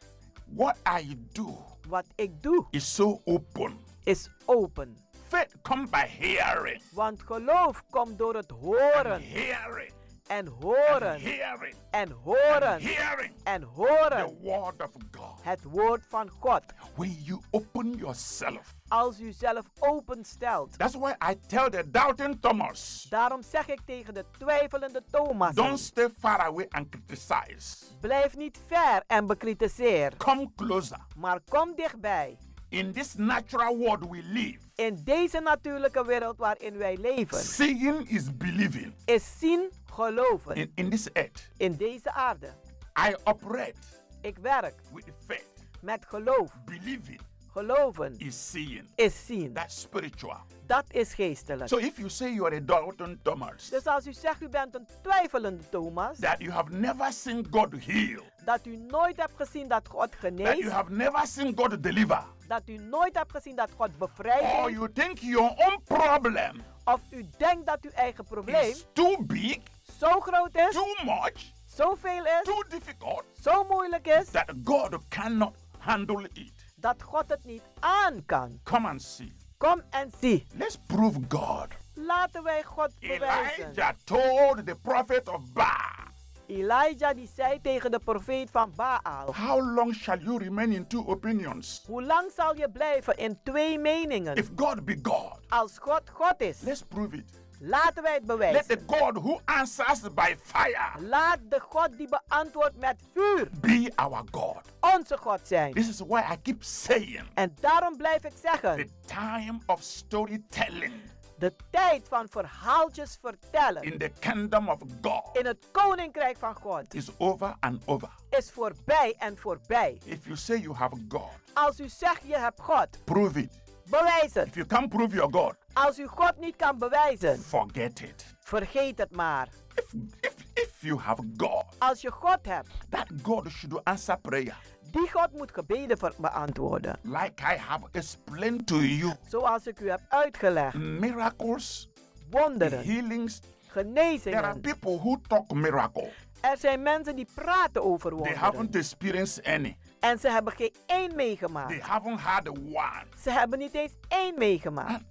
what I do wat ik doe is so open. is open. Faith comes by hearing, Want geloof komt door het and horen. hearing, En and horen. hearing, En and horen. hearing En the horen. word of God. Het woord van God. When you open yourself, Als u zelf openstelt. that's why I tell the doubting Thomas, Daarom zeg ik tegen de twijfelende Thomas. don't stay far away and criticize. Blijf niet ver en bekritiseer. Come closer. Maar kom dichtbij. In this natural world we live, In deze natuurlijke wereld waarin wij leven. seeing is believing. Is zien geloven. In, in this earth, In deze aarde. I operate Ik werk with faith. met geloof. Believing Geloven is seeing. is zien. That's spiritual. Dat is geestelijk. So if you say you are a doubting Thomas, Dus als u zegt u bent een twijfelende Thomas. that you have never seen God heal, Dat u nooit hebt gezien dat God that geneest. you have never seen God deliver, Dat u nooit hebt gezien dat God bevrijdt. or you think your own problem Of u denkt dat uw eigen probleem is too big, zo groot is. too much, Zoveel is. too difficult, Zo moeilijk is. that God cannot handle it. Dat God het niet aan kan. Come and see. Kom en zie. Let's prove God. Laten wij God bewijzen. Elijah told the prophet of Baal, Elijah die zei tegen de profeet van Baal. how long shall you remain in two opinions? Hoe lang zal je blijven in twee meningen? If God be God, Als God God is. let's prove it. Laten wij het Let bewijzen. the God who answers by fire Laat de God die beantwoordt met vuur be our God. onze God zijn. This is why I keep saying En daarom blijf ik the zeggen. time of storytelling De tijd van verhaaltjes vertellen. in the kingdom of God In het koninkrijk van God. is over and over. Is voorbij en voorbij. If you say you have God, Als u zegt je hebt God. prove it. Bewijs het. If you can't prove your God, Als u God niet kan bewijzen. forget it. Vergeet het maar. If, if, if you have God, Als je God hebt. that God should answer prayer. Die God moet gebeden ver- beantwoorden. Like I have explained to you, Zoals ik u heb uitgelegd. miracles, Wonderen. healings. There are Genezingen. people who talk miracle. Er zijn mensen die praten over They wonderen. haven't experienced any. En ze hebben geen één They meegemaakt. haven't had one. Ze hebben niet eens één meegemaakt.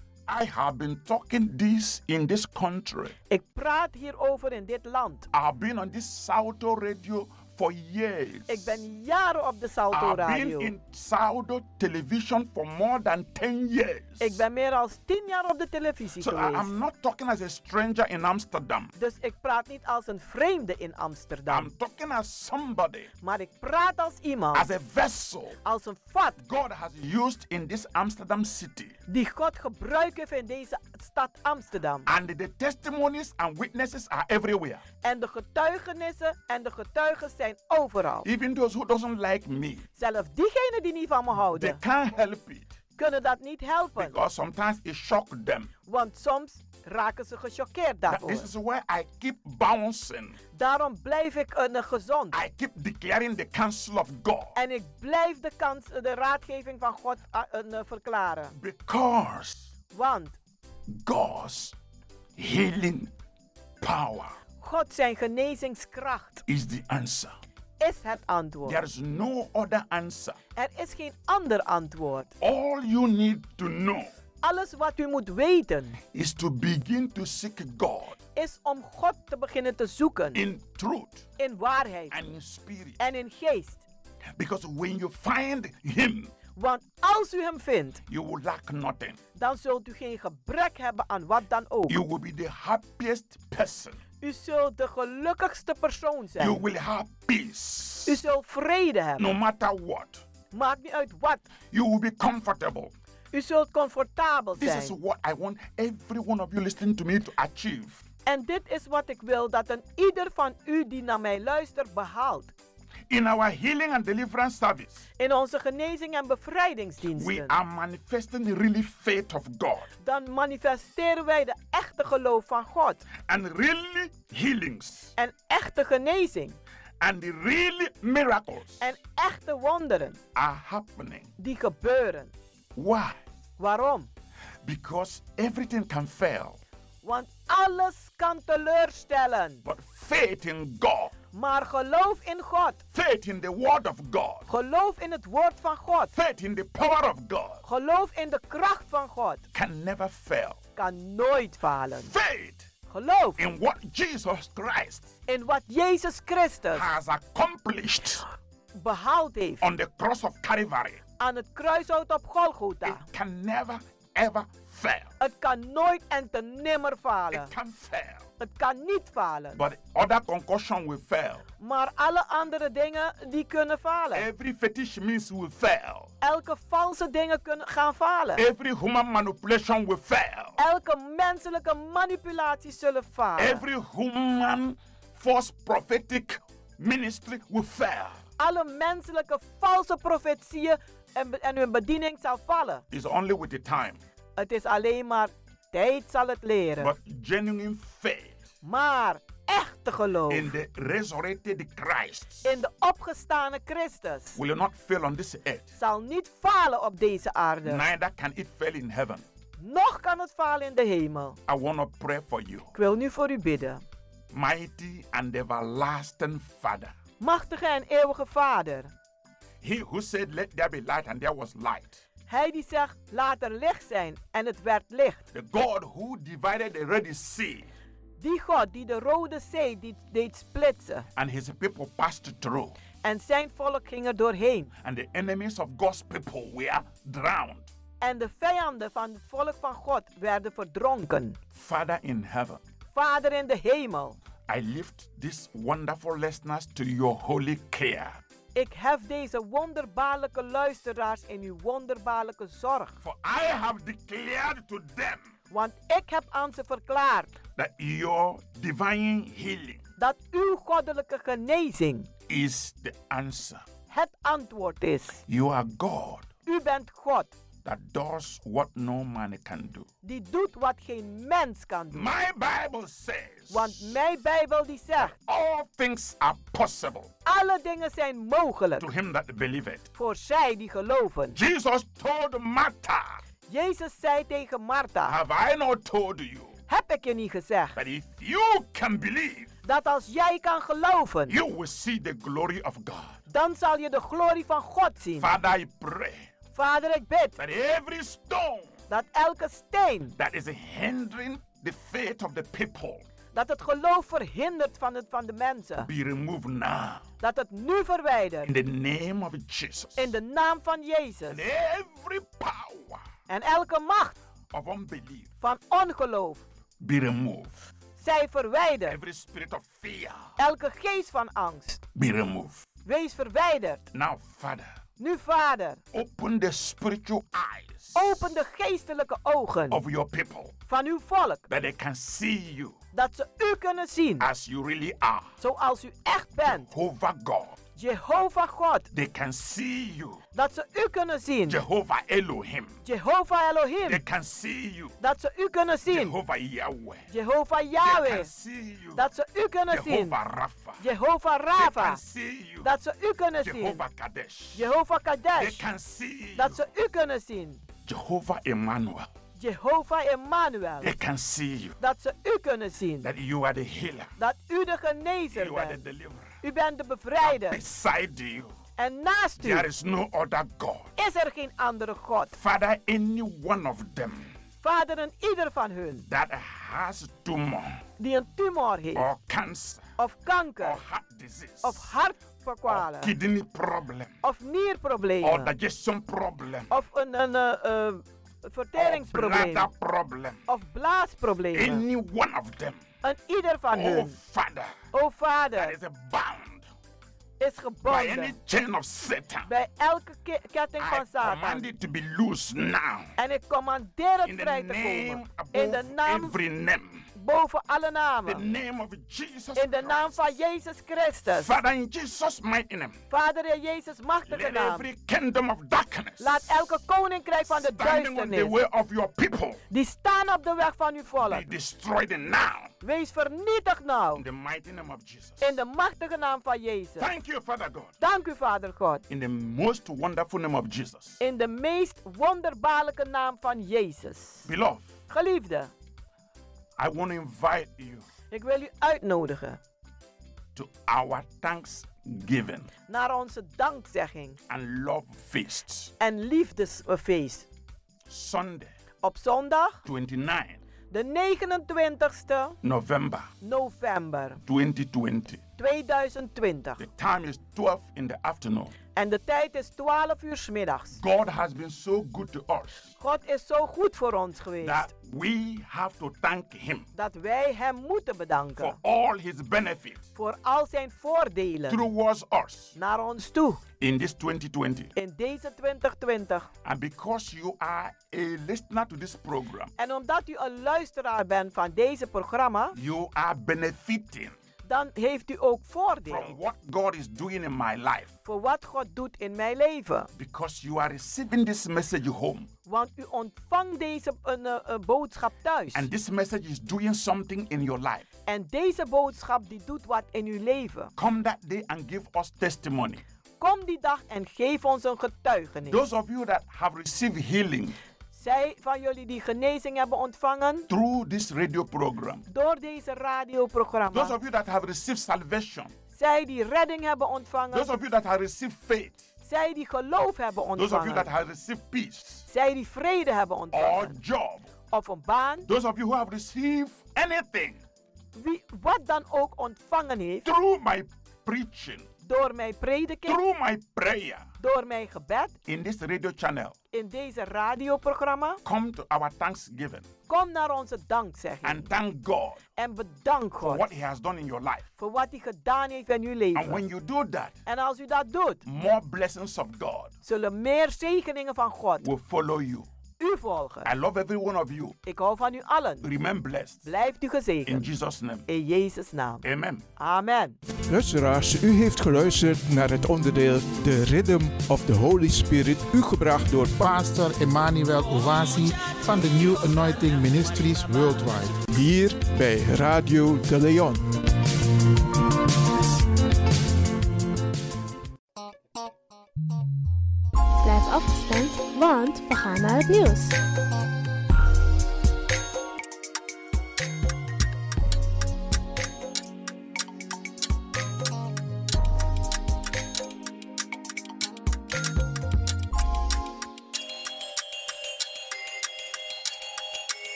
I have been talking this in this country. Ik praat hierover in dit land. I've been on this Salto radio for years. Ik ben jaren op de Salto I've been Radio. in Salto television for more than ten years. Ik ben meer dan tien jaar op de televisie So I- geweest. I'm not talking as a stranger in Amsterdam. Dus ik praat niet als een vreemde in Amsterdam. I'm talking as somebody, Maar ik praat als iemand. as a vessel Als een vat. God has used in this Amsterdam city. Die God gebruikt heeft in deze stad Amsterdam. And the testimonies and witnesses are everywhere. En de getuigenissen en de getuigen zijn overal. Even those who doesn't like me, Zelfs diegenen die niet van me they houden, can't help it. kunnen dat niet helpen. Because sometimes it shocks them. Want soms raken ze gechoqueerd That daarvoor. this is why I keep bouncing. Daarom blijf ik een gezond. I keep declaring the counsel of God. En ik blijf de, kans, de raadgeving van God uh, uh, verklaren. Because Want God's healing power God zijn genezingskracht is the answer. is het antwoord. There is no other answer. Er is geen ander antwoord. All you need to know Alles wat u moet weten is to begin to seek God is om God te beginnen te zoeken in truth in waarheid and in spirit. en in geest. Because when you find Him, Want als u hem vindt, you will lack nothing. dan zult u geen gebrek hebben aan wat dan ook. You will be the happiest person. U zult de gelukkigste persoon zijn. You will have peace. U zult vrede hebben. No matter what. Maakt niet uit wat. You will be comfortable. U zult comfortabel This zijn. is what I want every one of you listening to me to achieve. En dit is wat ik wil dat een ieder van u die naar mij luistert behaalt. In our healing and deliverance service, In onze genezing en we bevrijdingsdiensten. are manifesting the really faith of God. Dan manifesteren wij de echte geloof van God. And really healings. En echte genezing. And the really miracles En echte wonderen. are happening. Die gebeuren. Why? Waarom? Because everything can fail. Want alles kan teleurstellen. But faith in God, Maar geloof in God. faith in the word of God, Geloof in het woord van God. faith in the power of God Geloof in de kracht van God. can never fail. Kan nooit falen. Faith Geloof in what Jesus Christ in wat Jezus Christus has accomplished behaald heeft on the cross of Calvary, aan het kruishout op Golgotha. it can never ever fail. Het kan nooit en te nimmer falen. It can fail. Het kan niet falen. But other concussion will fail. Maar alle andere dingen die kunnen falen. Every fetish means will fail. Elke valse dingen kunnen gaan falen. Every human manipulation will fail. Elke menselijke manipulatie zullen falen. Every human false prophetic ministry will fail. Alle menselijke valse profetieën en, be- en hun bediening zal vallen. It's only with the time. Het is alleen maar tijd zal het leren. But genuine faith Maar echte geloof in the resurrected Christ in de opgestane Christus will not fail on this earth. zal niet falen op deze aarde. Neither can it fail in heaven. Nog kan het falen in de hemel. I want to pray for you. Ik wil nu voor u bidden. Mighty and everlasting Father, Machtige en eeuwige Vader. He who said, "Let there be light," and there was light. Hij die zegt, laat er licht zijn en het werd licht. The God who divided the Red Sea Die God die de Rode Zee die deed splitsen. and his people passed through, En zijn volk ging er doorheen. and the enemies of God's people were drowned. En de vijanden van het volk van God werden verdronken. Father in heaven, Vader in de hemel. I lift these wonderful listeners to your holy care. Ik hef deze wonderbaarlijke luisteraars in uw wonderbaarlijke zorg. For I have declared to them Want ik heb aan ze verklaard that your divine healing dat uw goddelijke genezing is the answer. het antwoord is. You are God U bent God that does what no man can do. die doet wat geen mens kan doen. My Bible says, Want mijn Bijbel die zegt, all things are possible alle dingen zijn mogelijk to him that believeth. voor zij die geloven. Jesus told Martha, Jezus zei tegen Martha, have I not told you heb ik je niet gezegd that if you can believe, dat als jij kan geloven, you will see the glory of God? dan zal je de glorie van God zien. Father, I pray Vader, ik bid that every stone dat elke steen, that is hindering the faith of the people dat het geloof verhindert van, het, van de mensen, be removed now dat het nu verwijdert in the name of Jesus. in de naam van And Jezus. every power En elke macht of unbelief van ongeloof, be removed. zij verwijderd. Every spirit of fear Elke geest van angst, be removed. wees verwijderd. Now, Father, Nu, Vader, open the spiritual eyes open de geestelijke ogen of your people van uw volk, that they can see you dat ze u kunnen zien as you really are. zoals u echt bent. Jehovah God, Jehovah God, they can see you. dat ze u kunnen zien. Jehovah Elohim, Jehovah they Elohim, can see you. dat ze u kunnen zien. Jehovah Yahweh, Jehovah they Yahweh, can see you. dat ze u kunnen zien. Jehovah Rapha, Jehovah they Rafa, can see you. dat ze u kunnen zien. Jehovah Kadesh, Jehovah they Kadesh, can see dat you. ze u kunnen zien. Jehovah Emmanuel, Jehovah Emmanuel, they can see you. dat ze u kunnen zien. That you are the healer, Dat u de genezer you are the bent. deliverer. U bent de bevrijder. Beside you, En naast u there is no other God. is er geen andere God. Father, any one of them Vader, en ieder van hun that has tumor die een tumor heeft, or cancer of kanker, or heart disease of hartverkwalen, kidney problem of or nierproblemen, digestion problem of een, een, eh, eh, verteringsproblemen bladder problem. of blaasproblemen. Any one of them. En ieder van Oh, hun, Father, o that Vader, is bound is by any gebonden chain of Satan. bij elke ke- ketting I van command Satan. it to be loose now. En ik commandeer het In the vrij te name komen. In de above naam every name. boven alle The namen. name of Jesus In de naam Christ. van Jezus Christus. Father, in Jesus' mighty name. Vader in Jezus machtige Let naam. every kingdom of darkness Laat elke koninkrijk van de standing on the duisternis, way of your people die staan op de weg van uw volk, be destroyed now. wees vernietigd nou. In the mighty name of Jesus. In de machtige naam van Jezus. Thank you, Father God. Dank u, Vader God. In the most wonderful name of Jesus. In de meest wonderbaarlijke naam van Jezus. Beloved, Geliefde, I want to invite you ik wil u uitnodigen to our Thanksgiving naar onze dankzegging and love feast. en liefdesfeest. Sunday, Op zondag, twenty-ninth de negenentwintigste November november twenty twenty. tweeduizend twintig. The time is twelve in the afternoon. En de tijd is twaalf uur 's middags. God has been so good to us God is zo goed voor ons geweest that we have to thank Him dat wij hem moeten bedanken for all His benefits voor al zijn voordelen towards us naar ons toe in this twenty twenty. in deze twintig twintig. And because you are a listener to this program, En omdat u een luisteraar bent van deze programma, you are benefiting dan heeft u ook from voordeel what God is doing in my life voor wat God doet in mijn leven. because you are receiving this message home. Want u ontvangt deze een, uh, uh, boodschap thuis. And this message is doing something in your life. En deze boodschap die doet wat in uw leven. Come that day and give us testimony. Kom die dag en geef ons een getuigenis. Those of you that have received healing Zij van jullie die genezing hebben ontvangen through this radio program, door deze radioprogramma. those of you that have received salvation, Zij die redding hebben ontvangen. those of you that have received faith, Zij die geloof hebben those of you ontvangen. that have received peace Zij die vrede hebben or ontvangen. job, Of een baan. those of you who have received anything Wie wat dan ook ontvangen heeft. through my preaching, Door mijn prediking. through my prayer Door mijn gebed. in this radio channel, In deze radioprogramma. come to our Thanksgiving Kom naar onze dankzegging. and thank God En bedank for God. what He has done in your life. Voor wat hij gedaan heeft in uw And leven. when you do that, En als u dat doet. more blessings of God Zullen meer zegeningen van God will follow you. u volgen. I love every one of you. Ik hou van u allen. Remain blessed. Blijft u gezegend. In Jesus' name. In Jezus' naam. Amen. Amen. Luisteraars, u heeft geluisterd naar het onderdeel The Rhythm of the Holy Spirit, u gebracht door Pastor Emmanuel Owasi van de New Anointing Ministries Worldwide. hier bij Radio de Leon. Blijf afgestemd, want we gaan naar het nieuws.